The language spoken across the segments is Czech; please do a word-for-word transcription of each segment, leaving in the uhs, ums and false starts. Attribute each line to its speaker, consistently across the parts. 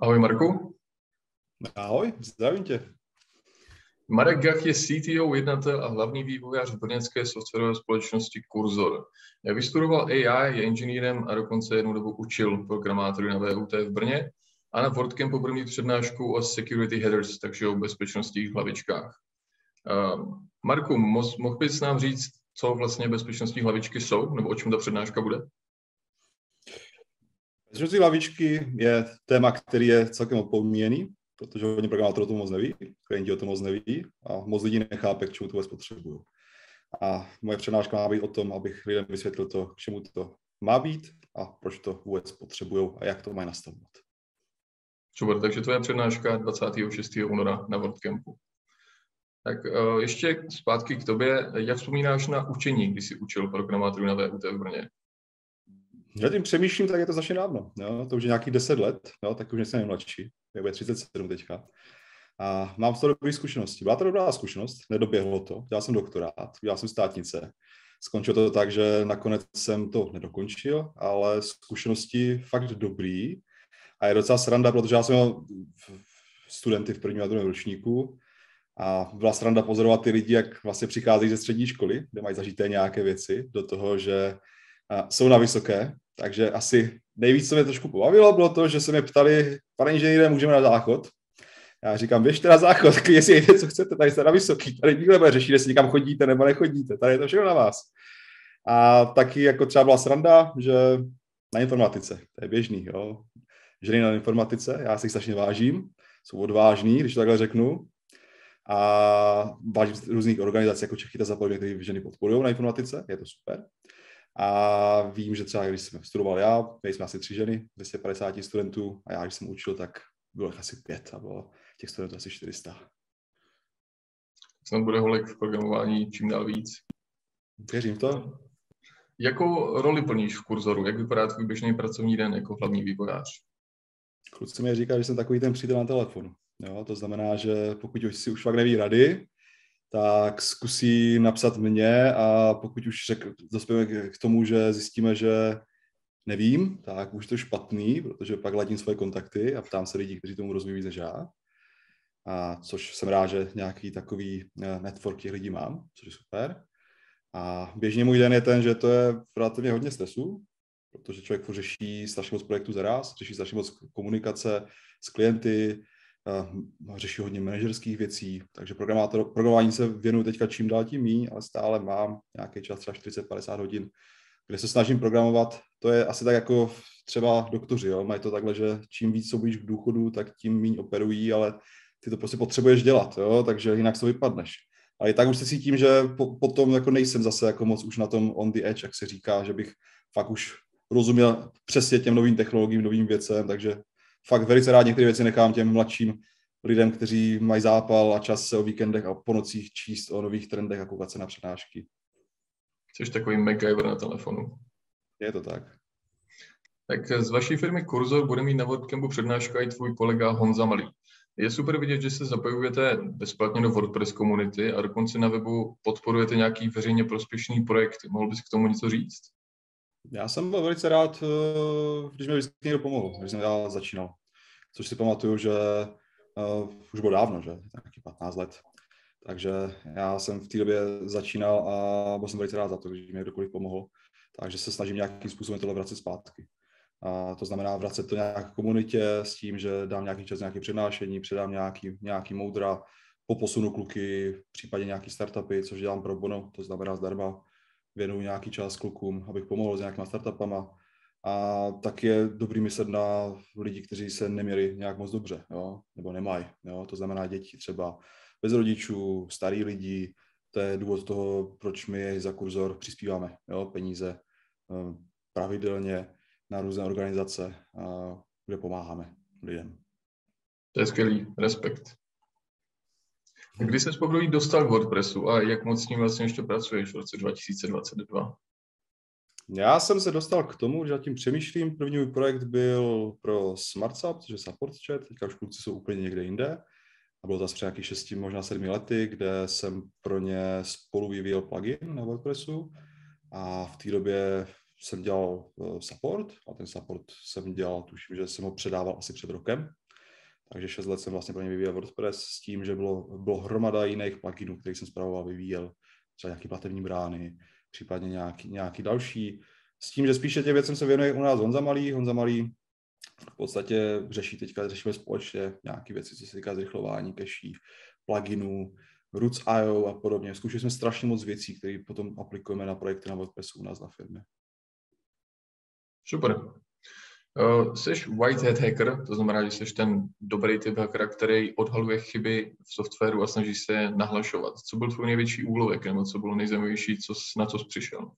Speaker 1: Ahoj Marku.
Speaker 2: Ahoj, zdravím tě.
Speaker 1: Marek Gach je C T O, jednatel a hlavní vývojář brněnské softwarové společnosti Kurzor. Vystudoval A I, je inženýrem a dokonce jednu dobu učil programátory na V U T v Brně a na WordCampu bude mít přednášku o security headers, takže o bezpečnostních hlavičkách. Uh, Marku, mohl bys nám říct, co vlastně bezpečnostní hlavičky jsou, nebo o čem ta přednáška bude?
Speaker 2: Bezpečnostní hlavičky je téma, který je celkem opomíjený, protože hodně programátorů o tom moc neví, klienti o tom moc neví a moc lidí nechápe, k čemu to vůbec potřebují. A moje přednáška má být o tom, abych lidem vysvětlil to, k čemu to má být a proč to vůbec potřebují a jak to mají nastavovat.
Speaker 1: Super, takže tvoje přednáška dvacátého šestého února na WordCampu. Tak uh, ještě zpátky k tobě. Jak vzpomínáš na učení, když jsi učil programátorů na V U T v Brně?
Speaker 2: Já tím přemýšlím, tak je to začne dávno. Jo? To už je nějakých deset let, jo? Tak už nejsem nejmladší. Je bude třicet sedm teďka. A mám z toho dobré zkušenosti. Byla to dobrá zkušenost, nedoběhlo to. Dělal jsem doktorát, dělal jsem státnice. Skončilo to tak, že nakonec jsem to nedokončil, ale zkušenosti fakt dobrý. A je docela sranda, protože já jsem měl studenty v prvním a druhém ročníku a byla sranda pozorovat ty lidi, jak vlastně přicházejí ze střední školy, kde mají zažité nějaké věci, do toho, že jsou na vysoké. Takže asi nejvíc, co mě trošku pobavilo, bylo to, že se mě ptali, pane inženýre, můžeme na záchod? Já říkám, běžte na záchod, jestli jde, co chcete, tady jste na vysoký, tady nikdo nebude řešit, jestli někam chodíte nebo nechodíte, tady je to všechno na vás. A taky jako třeba byla sranda, že na informatice, to je běžný, jo. Ženy na informatice, já si jich strašně vážím, jsou odvážný, když to takhle řeknu. A vážím různých organizací, jako Čechyta za podobně, které ženy podporují na informatice, je to super. A vím, že třeba když jsem studoval já, měli jsme asi tři ženy, dvě stě padesát studentů a já, když jsem učil, tak bylo asi pět a bylo těch studentů asi čtyři sta.
Speaker 1: Snad bude holek v programování čím dál víc.
Speaker 2: Věřím to.
Speaker 1: Jakou roli plníš v Kurzoru? Jak vypadá tvůj běžný pracovní den jako hlavní vývojář?
Speaker 2: Kluci mi říkají, že jsem takový ten přítel na telefonu. Jo, to znamená, že pokud už si už fakt neví rady, tak zkusí napsat mě a pokud už řek, dospějeme k tomu, že zjistíme, že nevím, tak už to je špatný, protože pak ladím svoje kontakty a ptám se lidí, kteří tomu rozumí víc než já. A což jsem rád, že nějaký takový network těch lidí mám, což je super. A běžně můj den je ten, že to je relativně hodně stresu, protože člověk furt řeší strašně moc projektů zaraz, řeší strašně moc komunikace s klienty, řeší hodně manažerských věcí, takže programování se věnuju teďka čím dál tím míň, ale stále mám nějaký čas, třeba čtyřicet padesát hodin, kde se snažím programovat. To je asi tak jako třeba doktoři, jo? Mají to takhle, že čím víc jsou blíž k důchodu, tak tím míň operují, ale ty to prostě potřebuješ dělat, jo? Takže jinak to vypadneš. Ale i tak už se cítím, že po, potom jako nejsem zase jako moc už na tom on the edge, jak se říká, že bych fakt už rozuměl přesně těm novým technologiím, novým věcem, takže fakt velice rád některé věci nechám těm mladším lidem, kteří mají zápal a čas se o víkendech a po nocích číst o nových trendech a koukat se na přednášky.
Speaker 1: Jsi takový MacGyver na telefonu.
Speaker 2: Je to tak.
Speaker 1: Tak z vaší firmy Kurzor bude mít na WordCampu přednášku i tvůj kolega Honza Malý. Je super vidět, že se zapojujete bezplatně do WordPress komunity a dokonce na webu podporujete nějaký veřejně prospěšný projekty. Mohl bys k tomu něco říct?
Speaker 2: Já jsem byl velice rád, když mi vždycky někdo pomohl, když jsem já začínal. Což si pamatuju, že uh, už bylo dávno, že? Taky patnáct let. Takže já jsem v té době začínal a byl jsem velice rád za to, když mi kdokoliv pomohl. Takže se snažím nějakým způsobem tohle vracet zpátky. A to znamená vracet to nějak komunitě s tím, že dám nějaký čas, nějaké přednášení, předám nějaký, nějaký moudra, poposunu kluky, případně nějaký startupy, což dělám pro bono, to znamená zdarma. Věnuju nějaký čas klukům, abych pomohl s nějakýma startupama. A tak je dobrý myslet na lidi, kteří se neměli nějak moc dobře, jo? Nebo nemají. Jo? To znamená děti třeba bez rodičů, starý lidi. To je důvod toho, proč my za Kurzor přispíváme, jo? Peníze pravidelně na různé organizace, kde pomáháme lidem.
Speaker 1: To je skvělý, respekt. Kdy jsi poprvé dostal k WordPressu a jak moc s ním vlastně ještě pracuješ v roce dva tisíce dvacet dva?
Speaker 2: Já jsem se dostal k tomu, že tím přemýšlím. První můj projekt byl pro SmartSap, což je support chat, teďka už kluci jsou úplně někde jinde. A bylo to asi před nějakých šesti, možná sedmi lety, kde jsem pro ně spolu vyvíjel plugin na WordPressu. A v té době jsem dělal support a ten support jsem dělal, tuším, že jsem ho předával asi před rokem. Takže šest let jsem vlastně pro ně vyvíjel WordPress s tím, že bylo, bylo hromada jiných pluginů, který jsem spravoval, vyvíjel, třeba nějaký platební brány, případně nějaký, nějaký další. S tím, že spíše těm věcem se věnuje u nás Honza Malý. Honza Malý v podstatě řeší teďka, řešíme společně nějaké věci, co se týká zrychlování cache, pluginů, Roots tečka i o a podobně. Zkoušeli jsme strašně moc věcí, které potom aplikujeme na projekty na WordPressu u nás na firmě.
Speaker 1: Super. Uh, jsi white hat hacker, to znamená, že jsi ten dobrý typ hackera, který odhaluje chyby v softwaru a snaží se je nahlašovat. Co byl tvůj největší úlovek, nebo co bylo nejzajímavější, co, na co jsi přišel?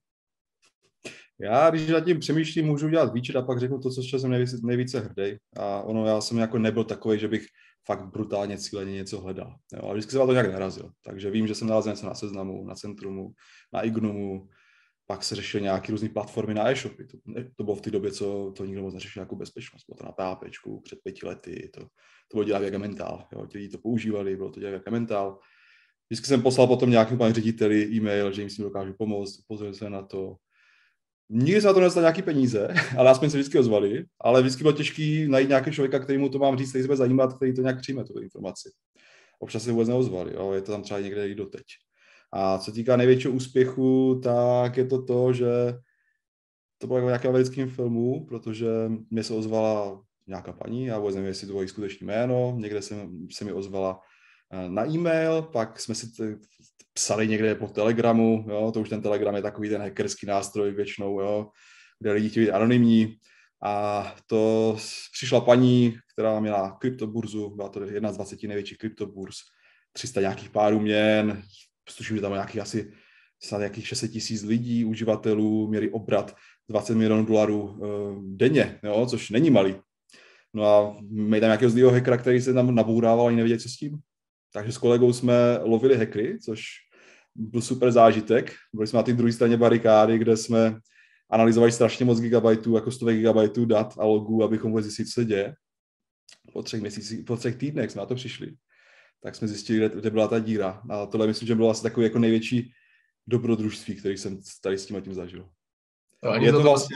Speaker 2: Já, když nad tím přemýšlím, můžu dělat výčet a pak řeknu to, co jsem nejvíce, nejvíce hrdý. A ono, já jsem jako nebyl takový, že bych fakt brutálně cíleně něco hledal. Jo, ale vždycky jsem na to nějak narazil. Takže vím, že jsem nalazil něco na Seznamu, na Centrumu, na Ignumu, pak se řešily nějaké různé platformy na e-shopy. To, to bylo v té době, co to nikdo moc neřešil jako bezpečnost. Bylo to na PHPčku před pěti lety, to, to bylo dělat jak Emmental. Jo, ti lidi to používali, bylo to dělat jak Emmental. Vždycky jsem poslal potom nějakým panu řediteli e-mail, že jim s tím dokážu pomoct, upozornil jsem na to. Nikdy se na to nedostal nějaký peníze, ale aspoň se vždycky ozvali, ale vždycky bylo těžké najít nějakého člověka, který mu to mám říct, který se bude zajímat, který to nějak přijme, tu informaci. Občas se vůbec neozvali, jo, je to tam třeba někde i doteď. A co týká největšího úspěchu, tak je to to, že to bylo jako nějaký americkým filmu, protože mě se ozvala nějaká paní, já vůbec nevím, jestli to bylo její skutečné jméno, někde se, se mi ozvala na e-mail, pak jsme si t- psali někde po Telegramu, jo, to už ten Telegram je takový ten hackerský nástroj většinou, jo, kde lidi chtějí být anonymní. A to přišla paní, která měla kryptoburzu, byla to jedna z dvaceti největších kryptoburz, tři sta nějakých párů měn, tuším, že tam nějakých asi snad nějakých šest set tisíc lidí, uživatelů, měli obrat dvacet milionů dolarů uh, denně, jo, což není malý. No a měli tam nějakého zlýho hackera, který se tam nabourával, ani nevěděl, co s tím. Takže s kolegou jsme lovili hackery, což byl super zážitek. Byli jsme na té druhé straně barikády, kde jsme analyzovali strašně moc gigabajtů, jako stovek gigabajtů dat a logů, abychom mohli zjistit, co se děje. Po třech měsících, po třech týdnech jsme na to přišli. Tak jsme zjistili, kde, kde byla ta díra. A tohle myslím, že bylo asi takový jako největší dobrodružství, který jsem tady s tím a tím zažil.
Speaker 1: Je to vlastně...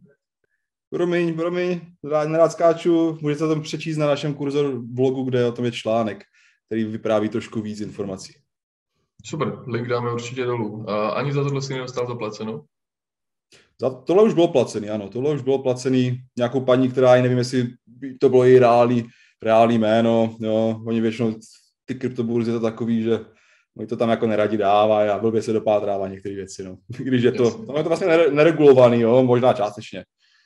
Speaker 2: Promiň, promiň, nerád skáču, můžete to tam přečíst na našem kurzoru blogu, kde o tom je článek, který vypráví trošku víc informací.
Speaker 1: Super, link dáme určitě dolů. A ani za tohle si nedostal zaplaceno?
Speaker 2: Za tohle už bylo placený, ano, tohle už bylo placený nějakou paní, která, nevím, jestli to bylo její reálný, reálný jméno, jo, oni většinou ty kryptoburzy je to takový, že oni to tam jako neradi dávají a blbě se dopátrává některé věci, no. Když je to, no, je to vlastně neregulovaný, jo, možná částečně.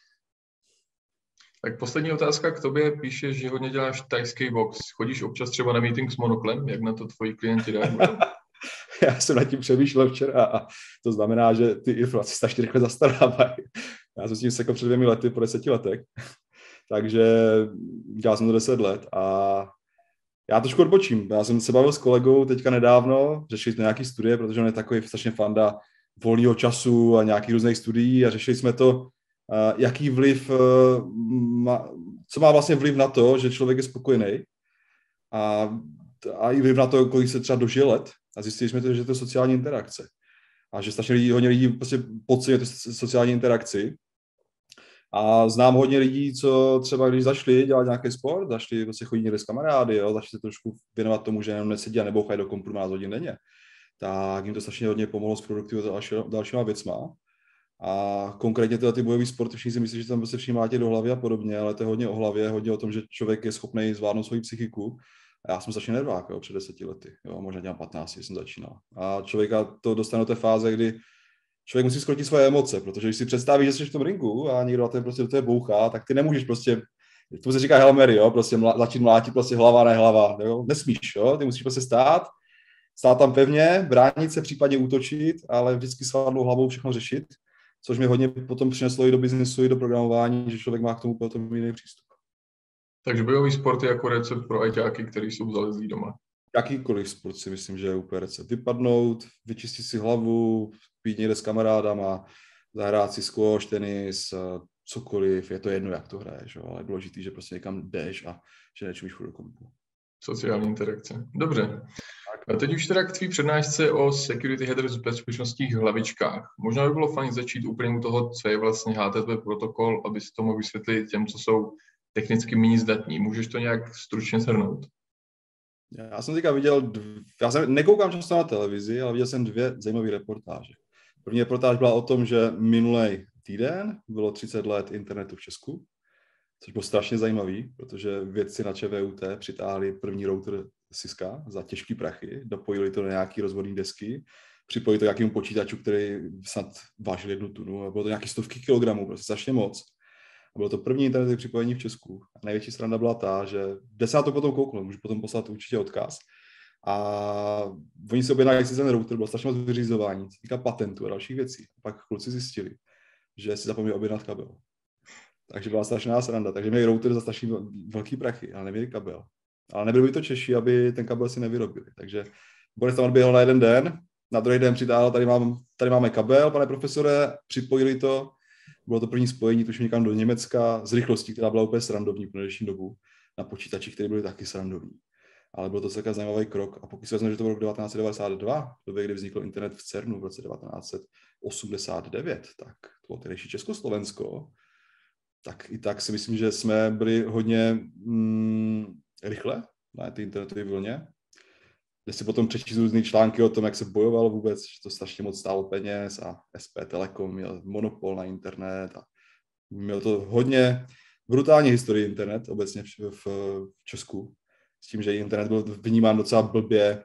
Speaker 1: Tak poslední otázka k tobě. Píšeš, že hodně děláš tajský box. Chodíš občas třeba na meeting s monoklem? Jak na to tvoji klienti dají?
Speaker 2: Já jsem nad tím přemýšlel včera a to znamená, že ty informace strašně rychle zastarávají. Já jsem s tím sekl před dvěmi lety, po deseti letech. Takže dělal jsem to deset let a já trošku odbočím. Já jsem se bavil s kolegou teďka nedávno, řešili jsme nějaký studie, protože on je takový strašně fanda volného času a nějakých různých studií a řešili jsme to, jaký vliv, má, co má vlastně vliv na to, že člověk je spokojený a, a i vliv na to, kolik se třeba dožije let. A zjistili jsme to, že to je sociální interakce. A že strašně lidí, hodně lidí prostě podceňuje tu sociální interakci. A znám hodně lidí, co třeba když zašli dělat nějaký sport, zašli prostě chodit někde s kamarády, jo, zašli se trošku věnovat tomu, že jenom nesedí a nebouchají do kompu dvanáct hodin denně, tak jim to strašně hodně pomohlo s produktivitou a dalšíma věcma. A konkrétně teda ty bojový sporty, všichni si myslí, že tam prostě všichni máte do hlavy a podobně, ale to je hodně o hlavě, hodně o tom, že člověk je schopný zvládnout svoji psychiku. A já jsem začal nervák, jo, před deseti lety, jo, možná dělám patnáct, když jsem začínal. A člověka to dostane do té fáze, kdy člověk musí skrotit svoje emoce, protože když si představíš, že jsi v tom ringu a někdo na té prostě do té bouchá, tak ty nemůžeš prostě, to se říká Hail Mary, jo, prostě mla, začít mlátit prostě hlava, ne hlava, jo, nesmíš, jo, ty musíš prostě stát, stát tam pevně, bránit se, případně útočit, ale vždycky s hladnou hlavou všechno řešit, což mi hodně potom přineslo i do biznesu, i do programování, že člověk má k tomu potom jiný přístup. Takže
Speaker 1: bojový sport je jako recept pro ajťáky, kteří jsou zalezlí doma.
Speaker 2: Jakýkoliv sport si myslím, že je úplně recept. Vypadnout, vyčistit si hlavu, pít někde s kamarádama, zahrát si squash, tenis, cokoliv, je to jedno, jak to hraješ, ale je důležitý, že prostě někam jdeš a že nečumíš furt do kompu.
Speaker 1: Sociální interakce. Dobře. A teď už teda k tvý přednášce o security headers v bezpečnostních hlavičkách. Možná by bylo fajn začít úplně u toho, co je vlastně H T T P protokol, aby si to mohl vysvětlit těm, co jsou technicky méně zdatní. Můžeš to nějak stručně shrnout?
Speaker 2: Já jsem teďka viděl, dv... já jsem, nekoukám často na televizi, ale viděl jsem dvě zajímavé reportáže. První reportáž byla o tom, že minulý týden bylo třicet let internetu v Česku, což bylo strašně zajímavý, protože vědci na ČVUT přitáhli první router Cisca za těžký prachy, dopojili to na nějaký rozvodní desky, připojili to k nějakému počítaču, který snad vážil jednu tunu a bylo to nějaký stovky kilogramů, prostě strašně moc. A bylo to první internetové připojení v Česku. A největší sranda byla ta, že kde se na to potom kouknout, můžu potom poslat určitě odkaz. A oni se objednali, jak si ten router, bylo strašně moc vyřizování, týká patentu a dalších věcí. A pak kluci zjistili, že si zapomněli objednat kabel. Takže byla strašná sranda. Takže měli router za strašně velký prachy, ale neměli kabel. Ale nebyli by to Češi, aby ten kabel si nevyrobili. Takže Boris tam odběhl na jeden den, na druhý den přitáhl, tady, mám, tady máme kabel, pane profesore, připojili to. Bylo to první spojení, tuším někam do Německa, s rychlostí, která byla úplně srandovní pro dnešní dobu, na počítačích, které byly taky srandovní. Ale byl to celkem zajímavý krok. A pokud si vezmeme, že to byl rok devatenáct set devadesát dva, v době, kdy vznikl internet v CERNu v roce devatenáct set osmdesát devět, tak to bylo tehdejší Československo, tak i tak si myslím, že jsme byli hodně mm, rychle na té internetové vlně. Kde si potom přečíst různý články o tom, jak se bojovalo vůbec, že to strašně moc stálo peněz a S P Telekom měl monopol na internet a měl to hodně brutální historii internet obecně v, v, v Česku. S tím, že internet byl vnímán docela blbě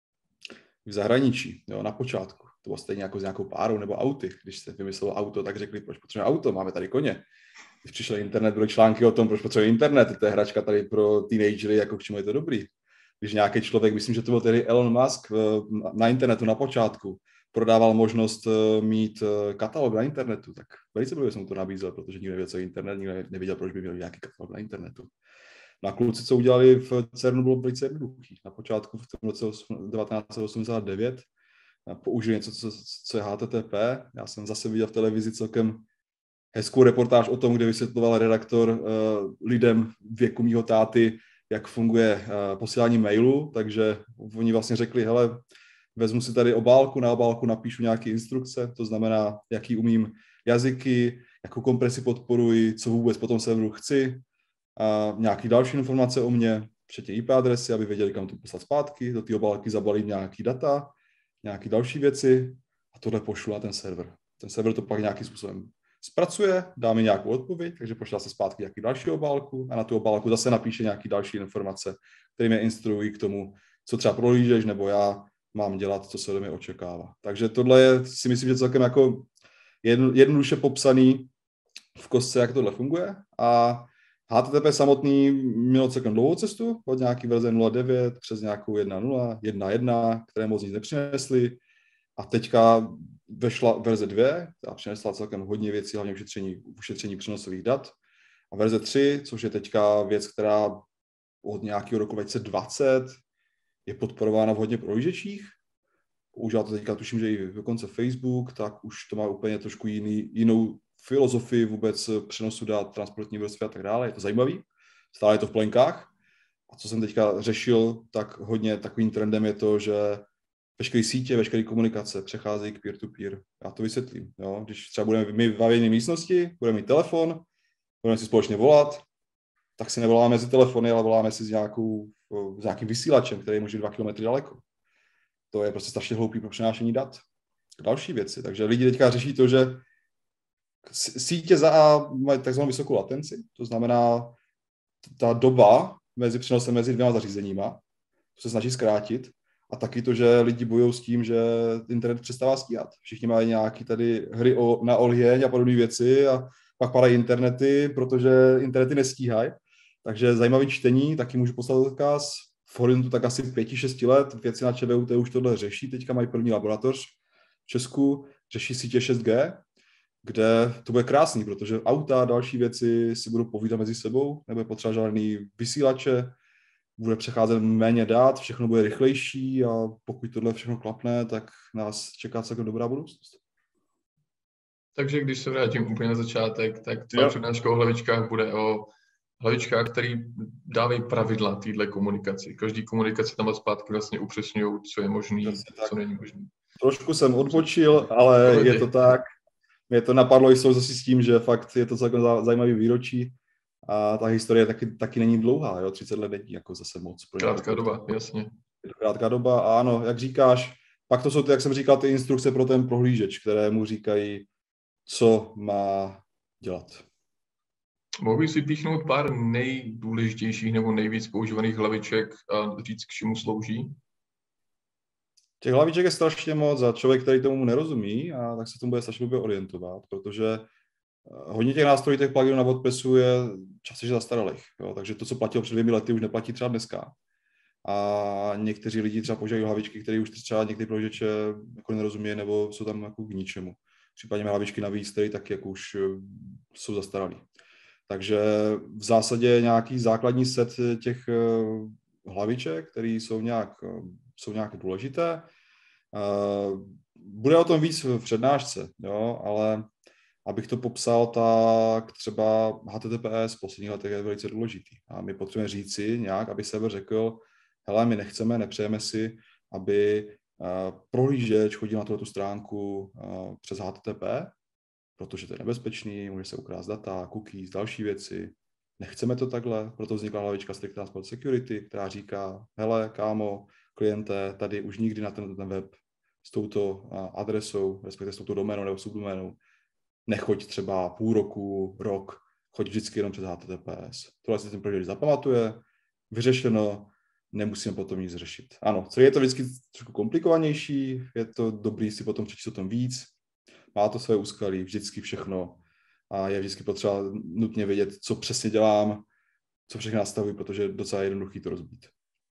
Speaker 2: v zahraničí, jo, na počátku. To bylo stejně jako s nějakou párou nebo auty. Když se vymyslelo auto, tak řekli, proč potřebujeme auto, máme tady koně. Když přišel internet, byly články o tom, proč potřebujeme internet, to je hračka tady pro teenagery, jako k čemu je to dobrý. Když nějaký člověk, myslím, že to byl tedy Elon Musk, na internetu na počátku prodával možnost mít katalog na internetu, tak velice blbě jsem to nabízel, protože nikdo nevěděl, co je internet, nikdo nevěděl, proč by měl nějaký katalog na internetu. Na kluci, co udělali v CERNu, bylo velice jednoduchý. Na počátku v tom roce devatenáct set osmdesát devět použili něco, co, co je H T T P. Já jsem zase viděl v televizi celkem hezkou reportáž o tom, kde vysvětloval redaktor uh, lidem věku mýho táty, jak funguje uh, posílání mailu, takže oni vlastně řekli, hele, vezmu si tady obálku, na obálku napíšu nějaké instrukce, to znamená, jaký umím jazyky, jakou kompresi podporuji, co vůbec po tom serveru chci, a nějaký další informace o mě, včetně I P adresy, aby věděli, kam to poslat zpátky, do té obálky zabalím nějaký data, nějaké další věci a tohle pošlu na ten server. Ten server to pak nějakým způsobem zpracuje, dá mi nějakou odpověď, takže pošle se zpátky nějaký další obálku a na tu obálku zase napíše nějaký další informace, které mě instruují k tomu, co třeba prohlížeš, nebo já mám dělat, co se ode mě očekává. Takže tohle je, si myslím, že celkem jako jednoduše popsaný v kostce, jak tohle funguje. A H T T P samotný mělo celkem dlouhou cestu, od nějaký verze nula devět přes nějakou jedna nula, jedna jedna, které moc nic nepřinesly. A teďka vešla verze dvě a přinesla celkem hodně věcí, hlavně ušetření, ušetření přenosových dat. A verze tři, což je teďka věc, která od nějakého roku dva tisíce dvacet je podporována v hodně prohlížečích. Používá to teďka, tuším, že i dokonce Facebook, tak už to má úplně trošku jiný, jinou filozofii vůbec přenosu dat, transportní vrstvy a tak dále. Je to zajímavý, stále je to v plenkách. A co jsem teďka řešil, tak hodně takovým trendem je to, že veškeré sítě, veškeré komunikace přecházejí k peer-to-peer. Já to vysvětlím. Jo? Když třeba budeme my v jedné místnosti, budeme mít telefon, budeme si společně volat, tak si nevoláme mezi telefony, ale voláme si s, nějakou, s nějakým vysílačem, který může dva kilometry daleko. To je prostě strašně hloupý pro přenášení dat. Další věci. Takže lidi teďka řeší to, že sítě za A mají takzvanou vysokou latenci, to znamená ta doba mezi přenosem mezi dvěma zařízeníma, to se snaží zkrátit. A taky to, že lidi bojují s tím, že internet přestává stíhat. Všichni mají nějaké tady hry o, na olhěň a podobné věci a pak padají internety, protože internety nestíhají. Takže zajímavý čtení, taky můžu poslat odkaz. V horizontu tak asi pěti, šesti let, věci na ČVUT už tohle řeší, teďka mají první laboratoř v Česku, řeší sítě šest G, kde to bude krásný, protože auta a další věci si budou povídat mezi sebou, nebude potřeba žádný vysílače, bude přecházet méně dát, všechno bude rychlejší a pokud tohle všechno klapne, tak nás čeká celkem dobrá budoucnost.
Speaker 1: Takže když se vrátím úplně na začátek, tak tvá přednáška o hlavičkách bude o hlavičkách, které dávají pravidla téhle komunikaci. Každý komunikaci tam a zpátky vlastně upřesňují, co je možný, co není možný.
Speaker 2: Trošku jsem odbočil, ale Pohodě. Je to tak. Mě to napadlo i souvislosti s tím, že fakt je to celkem zajímavý výročí a ta historie taky, taky není dlouhá, jo? třicet let není jako zase moc.
Speaker 1: Krátká doba, jasně.
Speaker 2: Je to krátká doba a ano, jak říkáš, pak to jsou ty, jak jsem říkal, ty instrukce pro ten prohlížeč, které mu říkají, co má dělat.
Speaker 1: Mohl bych si vypíchnout pár nejdůležitějších nebo nejvíc používaných hlaviček a říct, k čemu slouží?
Speaker 2: Těch hlaviček je strašně moc a člověk, který tomu nerozumí, a tak se tomu bude strašně dobře orientovat, protože hodně těch nástrojů, těch pluginů na WordPressu je častěji zastaralých. Jo? Takže to, co platilo před dvěmi lety, už neplatí třeba dneska. A někteří lidi třeba používají hlavičky, které už třeba některé prohlížeče jako nerozumí, nebo jsou tam jako k ničemu. Případně hlavičky navíc, které taky jako už jsou zastaralý. Takže v zásadě nějaký základní set těch hlaviček, které jsou nějak, jsou nějak důležité. Bude o tom víc v přednášce, jo, ale abych to popsal, tak třeba H T T P S v posledních letech je velice důležitý. A my potřebujeme říci nějak, aby server řekl, hele, my nechceme, nepřejeme si, aby prohlížeč chodil na tu stránku přes H T T P, protože to je nebezpečný, může se ukrást data, cookies, další věci. Nechceme to takhle, proto vznikla hlavička Strict Transport Security, která říká, hele, kámo, kliente, tady už nikdy na ten, ten web s touto adresou, respektive s touto doménou nebo subdoménou, nechoď třeba půl roku, rok, choď vždycky jenom přes H T T P S. Tohle si ten prohlížeč zapamatuje, vyřešeno, nemusíme potom nic řešit. Ano, celé je to vždycky trošku komplikovanější, je to dobrý si potom přečíst o tom víc, má to své úskalí, vždycky všechno a je vždycky potřeba nutně vědět, co přesně dělám, co všechno nastavuji, protože je docela jednoduchý to rozbít.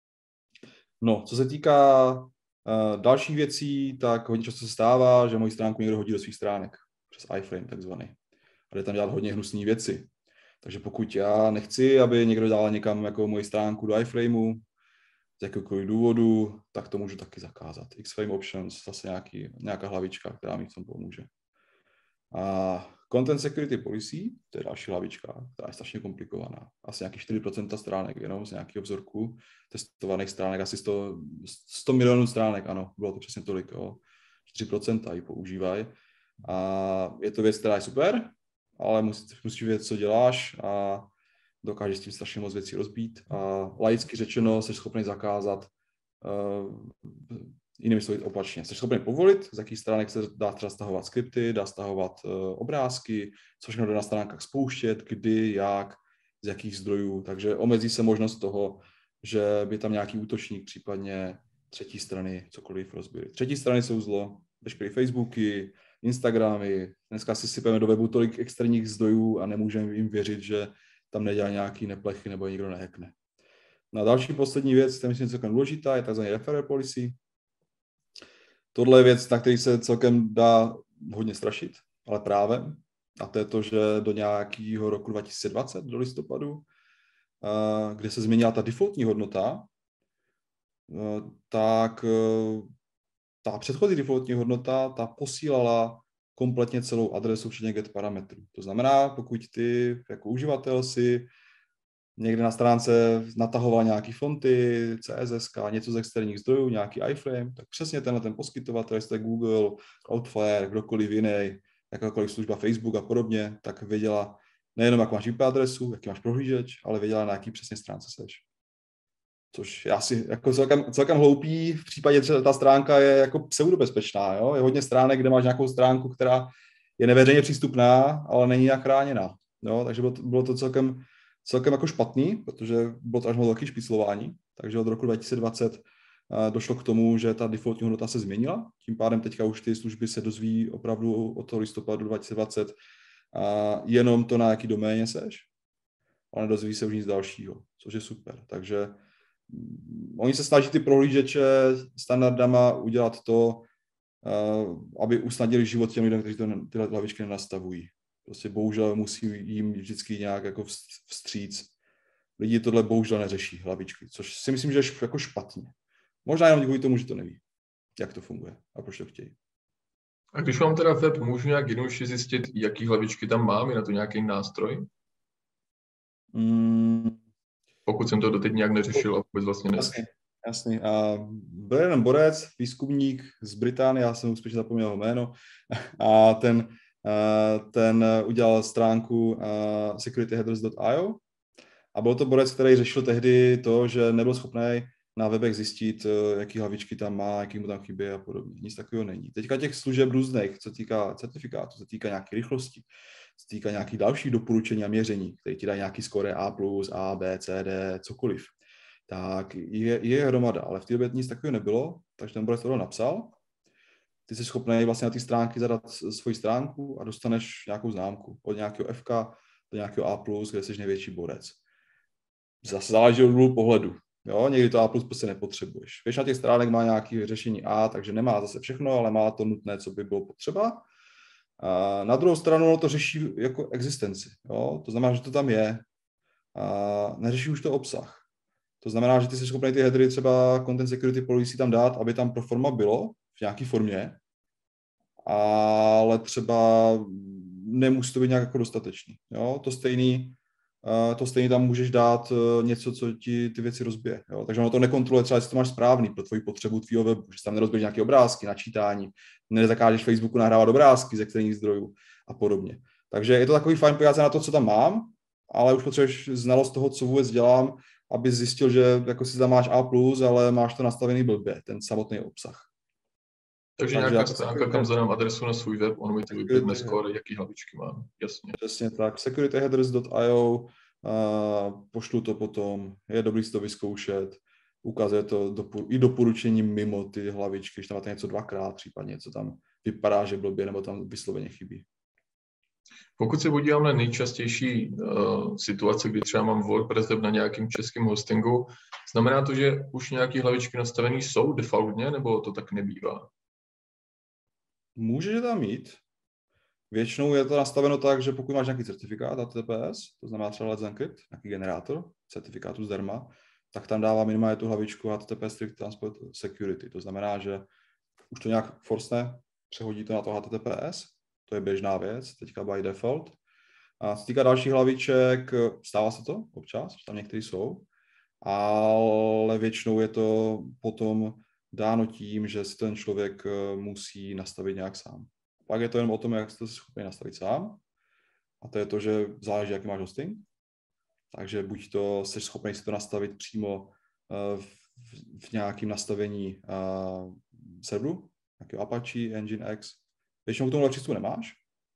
Speaker 2: No, co se týká uh, dalších věcí, tak hodně často se stává, že moji stránku někdo hodí do svých stránek, přes iframe takzvaný. A jde tam dělat hodně hnusné věci. Takže pokud já nechci, aby někdo dal někam jako moji stránku do iframeu, z jakéhokoliv důvodu, tak to můžu taky zakázat. X-Frame Options, zase nějaký, nějaká hlavička, která mi v tom pomůže. A Content Security Policy, to je další hlavička, která je strašně komplikovaná. Asi nějakých čtyři procenta stránek, jenom z nějakého vzorku testovaných stránek, asi sto, sto milionů stránek, ano, bylo to přesně tolik, jo. čtyři procenta ji používají. A je to věc, která je super, ale musíš, musíš vědět, co děláš a dokážeš s tím strašně moc věcí rozbít. A laicky řečeno, jsi schopný zakázat, uh, jinými slovy opačně, jsi schopný povolit, z jakých stránek se dá třeba stahovat skripty, dá stahovat uh, obrázky, co všechno jde na stránkách spouštět, kdy, jak, z jakých zdrojů. Takže omezí se možnost toho, že by tam nějaký útočník, případně třetí strany cokoliv rozbili. Třetí strany jsou zlo, veškeré Facebooky, Instagramy. Dneska si sypeme do webu tolik externích zdrojů a nemůžeme jim věřit, že tam nedělá nějaký neplechy nebo nikdo nehackne. No a další poslední věc, která myslím celkem důležitá, je tzv. Referral policy. Tohle je věc, na který se celkem dá hodně strašit, ale právem. A to je to, že do nějakého roku dva tisíce dvacet, do listopadu, kde se změnila ta defaultní hodnota, tak ta předchozí defaultní hodnota, ta posílala kompletně celou adresu, včetně get parametrů. To znamená, pokud ty jako uživatel si někde na stránce natahoval nějaký fonty, C S S, něco z externích zdrojů, nějaký iframe, tak přesně tenhle ten poskytovatel, jestli Google, Cloudflare, kdokoliv jiný, jakákoliv služba Facebook a podobně, tak věděla nejenom, jak máš I P adresu, jaký máš prohlížeč, ale věděla, na jaký přesně stránce seš. Což je asi jako celkem, celkem hloupý, v případě, že ta stránka je jako pseudobezpečná. Jo? Je hodně stránek, kde máš nějakou stránku, která je neveřejně přístupná, ale není nějak chráněná. Jo? Takže bylo to, bylo to celkem, celkem jako špatný, protože bylo to až moc velký špiclování. Takže od roku dva tisíce dvacet uh, došlo k tomu, že ta defaultní hodnota se změnila. Tím pádem teďka už ty služby se dozví opravdu od toho listopadu dva tisíce dvacet uh, jenom to, na jaký doméně seš, ale nedozví se už nic dalšího, což je super. Takže oni se snaží ty prohlížeče standardama udělat to, aby usnadnili život těm lidem, kteří to, tyhle hlavičky nenastavují. Prostě bohužel musí jim vždycky nějak jako vstříc. Lidi tohle bohužel neřeší, hlavičky, což si myslím, že je jako špatně. Možná jenom kvůli tomu, že to neví, jak to funguje a proč to chtějí.
Speaker 1: A když mám teda web, můžu nějak jednoduše zjistit, jaký hlavičky tam mám, je na to nějaký nástroj?
Speaker 2: Mm.
Speaker 1: Pokud jsem to doteď nějak neřešil a vůbec vlastně ne.
Speaker 2: Jasně, jasně. A byl jeden borec, výzkumník z Británie, já jsem úspěšně zapomněl jeho jméno, a ten, ten udělal stránku security headers dot i o, A byl to borec, který řešil tehdy to, že nebyl schopný na webech zjistit, jaký hlavičky tam má, jaký mu tam chybí a podobně. Nic takového není. Teďka těch služeb různých, co týká certifikátu, co týká nějaké rychlosti, co týká nějakých dalších doporučení a měření, které ti dají nějaký skóre A plus, A, B, C, D, cokoliv, tak je, je hromada. Ale v té době nic takového nebylo, takže ten borec to napsal. Ty jsi schopný vlastně na ty stránky zadat svoji stránku a dostaneš nějakou známku od nějakého F K do nějakého A plus, kde jsi největší borec. Zase záleží od úhlu pohledu. Jo, někdy to A plus prostě nepotřebuješ. Většina těch stránek má nějaké řešení A, takže nemá zase všechno, ale má to nutné, co by bylo potřeba. A na druhou stranu to řeší jako existenci. Jo? To znamená, že to tam je. A neřeší už to obsah. To znamená, že ty jsi schopný ty headery třeba Content Security Policy tam dát, aby tam pro forma bylo v nějaké formě, ale třeba nemusí to být nějak jako dostatečný. Jo? To stejný Uh, to stejně tam můžeš dát uh, něco, co ti ty věci rozbije. Jo? Takže ono to nekontroluje třeba, jestli to máš správný pro tvoji potřebu tvýho webu, že tam nerozbiješ nějaké obrázky, načítání, nezakážeš Facebooku nahrávat obrázky ze kterých zdrojů a podobně. Takže je to takový fajn podívat se na to, co tam mám, ale už potřebuješ znalost toho, co vůbec dělám, aby zjistil, že jako si tam máš A plus, ale máš to nastavený blbě, ten samotný obsah.
Speaker 1: Takže, Takže nějaká stránka, kam zadám adresu na svůj web, on mi to vypětne skóre, jaký hlavičky mám, jasně.
Speaker 2: Přesně tak, security headers tečka io, uh, pošlu to potom, je dobrý si to vyzkoušet, ukazuje to dopor- i doporučení mimo ty hlavičky, když tam máte něco dvakrát, případně něco tam vypadá, že blbě, nebo tam vysloveně chybí.
Speaker 1: Pokud se podívám na nejčastější uh, situace, kdy třeba mám WordPress na nějakým českém hostingu, znamená to, že už nějaké hlavičky nastavené jsou defaultně, nebo to tak nebývá?
Speaker 2: Můžeš tam mít. Většinou je to nastaveno tak, že pokud máš nějaký certifikát H T T P S, to znamená třeba Let's Encrypt, nějaký generátor certifikátu zdarma, tak tam dává minimálně tu hlavičku H T T P Strict Transport Security. To znamená, že už to nějak forsne, přehodí to na to H T T P S, to je běžná věc, teďka by default. A co týká dalších hlaviček, stává se to občas, tam některé jsou, ale většinou je to potom dáno tím, že si ten člověk musí nastavit nějak sám. Pak je to jen o tom, jak jste schopni nastavit sám. A to je to, že záleží, jaký máš hosting. Takže buď to jsi schopný si to nastavit přímo v, v nějakém nastavení uh, serveru, nějakého Apache, Nginx. Většinou k tomu přístup nemáš.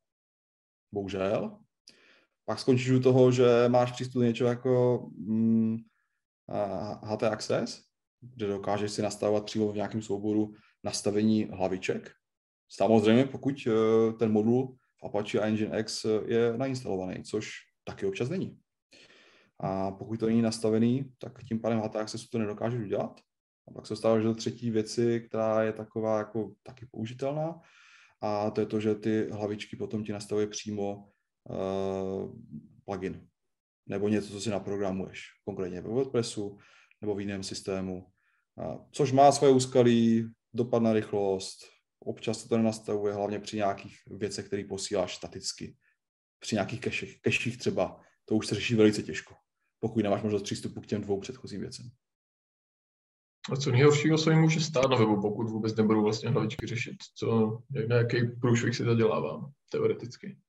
Speaker 2: Bohužel. Pak skončíš u toho, že máš přístup do něčeho jako mm, uh, H T Access, kde dokážeš si nastavovat přímo v nějakém souboru nastavení hlaviček. Samozřejmě, pokud ten modul v Apache a Nginx je nainstalovaný, což taky občas není. A pokud to není nastavený, tak tím pádem H T Accessu to nedokážeš udělat. A pak se dostáváš do třetí věci, která je taková jako taky použitelná. A to je to, že ty hlavičky potom ti nastavuje přímo uh, plugin. Nebo něco, co si naprogramuješ. Konkrétně ve WordPressu nebo v jiném systému. Uh, což má svoje úskalí, dopad na rychlost. Občas se to nenastavuje, hlavně při nějakých věcech, které posíláš staticky. Při nějakých keších, keších třeba, to už se řeší velice těžko, pokud nemáš možnost přístupu k těm dvou předchozím věcem.
Speaker 1: A co nejhoršího se mi může stát na webu, pokud vůbec nebudu vlastně hlavičky řešit? Co, jak, na jaký průšvih si zadělávám, teoreticky?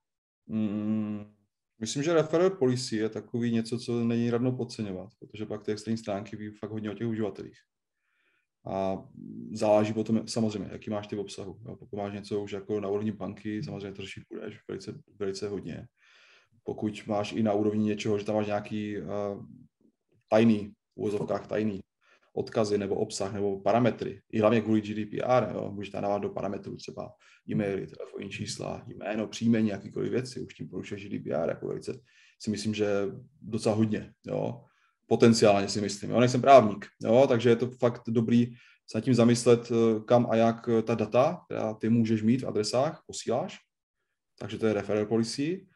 Speaker 2: Mm, myslím, že referral policy je takový něco, co není radno podceňovat, protože pak ty externí stránky ví fakt hodně o těch uživatelích. A záleží potom samozřejmě, jaký máš ty v obsahu. Jo, pokud máš něco už jako na úrovni banky, samozřejmě to řešit budeš velice, velice hodně. Pokud máš i na úrovni něčeho, že tam máš nějaký uh, tajný, v uvozovkách tajný odkazy nebo obsah nebo parametry, i hlavně kvůli G D P R, jo, můžeš tam dávat do parametrů třeba e-maily, telefonní čísla, jméno, příjmení, jakýkoliv věci, už tím porušuje G D P R, jako velice si myslím, že docela hodně, jo. Potenciálně si myslím. Jo, nejsem právník, jo, takže je to fakt dobrý se nad tím zamyslet, kam a jak ta data, která ty můžeš mít v adresách, posíláš. Takže to je referral policy.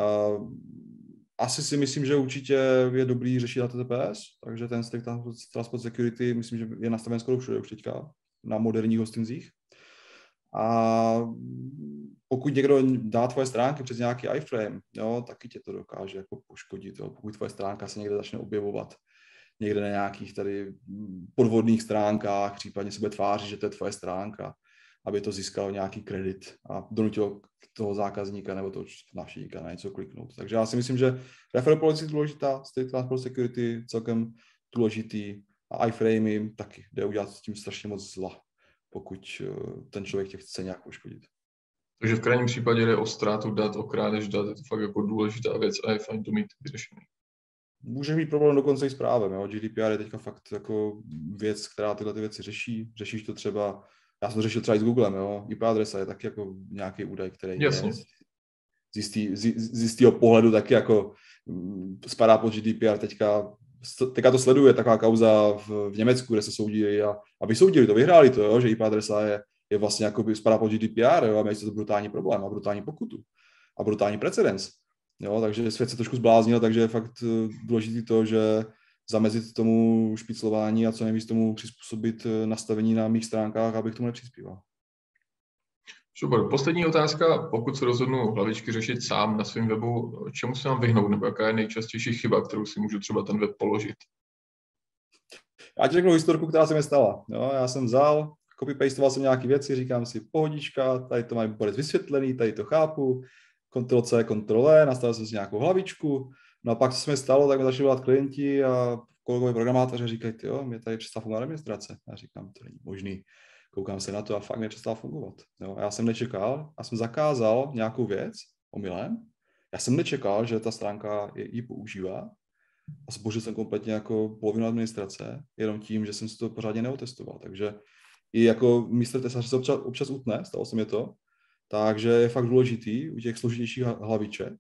Speaker 2: Asi si myslím, že určitě je dobrý řešit H T T P S, takže ten Strict Transport Security myslím, že je nastaven skoro všude už teďka na moderních hostinzích. A pokud někdo dá tvoje stránky přes nějaký iframe, jo, taky tě to dokáže jako poškodit. Jo. Pokud tvoje stránka se někde začne objevovat někde na nějakých tady podvodných stránkách, případně se bude tvářit, že to je tvoje stránka aby to získalo nějaký kredit a donutilo toho zákazníka nebo toho návštěvníka na něco kliknout. Takže já si myslím, že referral policy je důležitá, State Transport Security celkem důležitý a iframey taky jde udělat s tím strašně moc zla, pokud ten člověk tě chce nějak poškodit.
Speaker 1: Takže v krajním případě jde o ztrátu dat, o krádež dat, je to fakt jako důležitá věc a je fajn to mít vyřešený.
Speaker 2: Může být problém dokonce i s právem. Jo? G D P R je teďka fakt jako věc, která tyhle ty věci řeší. Řešíš to třeba, já jsem to řešil třeba i s Googlem, jo? I P adresa je taky jako nějaký údaj, který
Speaker 1: Jasně.
Speaker 2: je z, jistý, z jistého pohledu taky jako spadá pod G D P R teďka. Teďka to sleduje taková kauza v, v Německu, kde se soudili a, a vysoudili to, vyhráli to, jo? Že I P adresa je, je vlastně jako spadá pod G D P R, jo? A měli to brutální problém a brutální pokutu a brutální precedens. Jo, takže svět se trošku zbláznil, takže je fakt důležité to, že zamezit tomu špiclování a co nejvíc tomu přizpůsobit nastavení na mých stránkách, abych tomu nepřispíval.
Speaker 1: Super. Poslední otázka, pokud se rozhodnu hlavičky řešit sám na svém webu, čemu se mám vyhnout, nebo jaká je nejčastější chyba, kterou si můžu třeba ten web položit?
Speaker 2: Já ti řeknu historku, která se mi stala. Jo, já jsem vzal, copy-pastoval jsem nějaké věci, říkám si pohodička, tady to mají bude vysvětlený, tady to chápu, kontrol C, kontrol E, nastavil jsem si nějakou hlavičku, no a pak, co se mi stalo, tak mi začali volat klienti a kolegové programátoři říkají, jo, mě tady přestala fungovat administrace. Já říkám, to není možný, koukám se na to a fakt mě přestala fungovat. Jo, já jsem nečekal, já jsem zakázal nějakou věc omylem, já jsem nečekal, že ta stránka je, ji používá a zbožil jsem kompletně jako polovinu administrace, jenom tím, že jsem si to pořádně neotestoval. Takže i jako místr tesaře se občas, občas utne, stalo se mi to, takže je fakt důležitý u těch složitějších hlaviček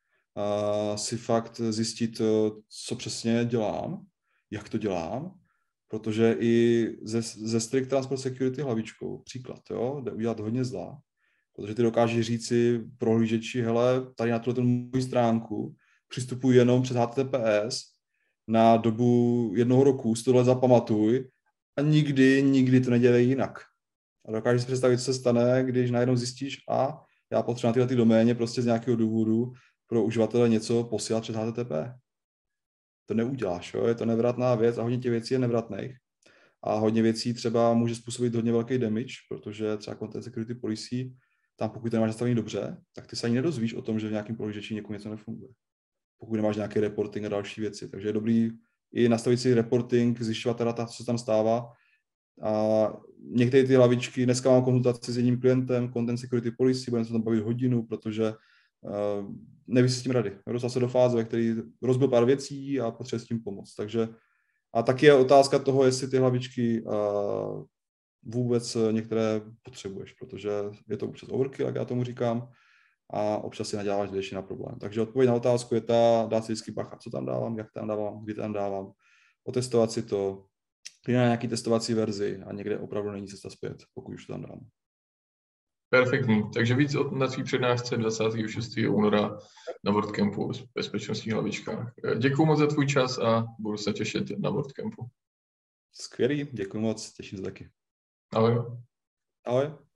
Speaker 2: a si fakt zjistit, co přesně dělám, jak to dělám, protože i ze, ze Strict Transport Security hlavičkou, příklad, jo, jde udělat hodně zla, protože ty dokážeš říct si prohlížeči, hele, tady na tuhle moji stránku přistupuji jenom přes H T T P S na dobu jednoho roku, si tohle zapamatuj a nikdy, nikdy to nedělej jinak. A dokážeš si představit, co se stane, když najednou zjistíš, a já potřebuji na tyhle ty doméně prostě z nějakého důvodu pro uživatele něco posílat přes H T T P. To neuděláš, jo? Je to nevratná věc a hodně těch věcí je nevratných. A hodně věcí třeba může způsobit hodně velký damage, protože třeba Content Security Policy, tam pokud to nemáš nastavený dobře, tak ty se ani nedozvíš o tom, že v nějakém prohlížeči někomu něco nefunguje. Pokud nemáš nějaký reporting a další věci. Takže je dobrý i nastavit si reporting, zjišťovat data, co se tam stává. A některé ty hlavičky, dneska mám konzultaci s jedním klientem, Content Security Policy, budeme se tam bavit hodinu, protože uh, neví si s tím rady. Dostal se do fáze, ve který rozbil pár věcí a potřebuje s tím pomoct. Takže, a taky je otázka toho, jestli ty hlavičky uh, vůbec některé potřebuješ, protože je to občas overkill, jak já tomu říkám, a občas si naděláváš zbytečně na problém. Takže odpověď na otázku je ta, dát si vždycky bacha, co tam dávám, jak tam dávám, kdy tam dávám, otestovat si to, na nějaký testovací verzi a někde opravdu není cesta zpět, pokud už to tam dám.
Speaker 1: Perfektní. Takže víc o na tvý přednášce dvacátého šestého února na WordCampu o bezpečnostních hlavičkách. Děkuji moc za tvůj čas a budu se těšit na WordCampu.
Speaker 2: Skvělý, děkuji moc, těším se taky.
Speaker 1: Ahoj.
Speaker 2: Ahoj.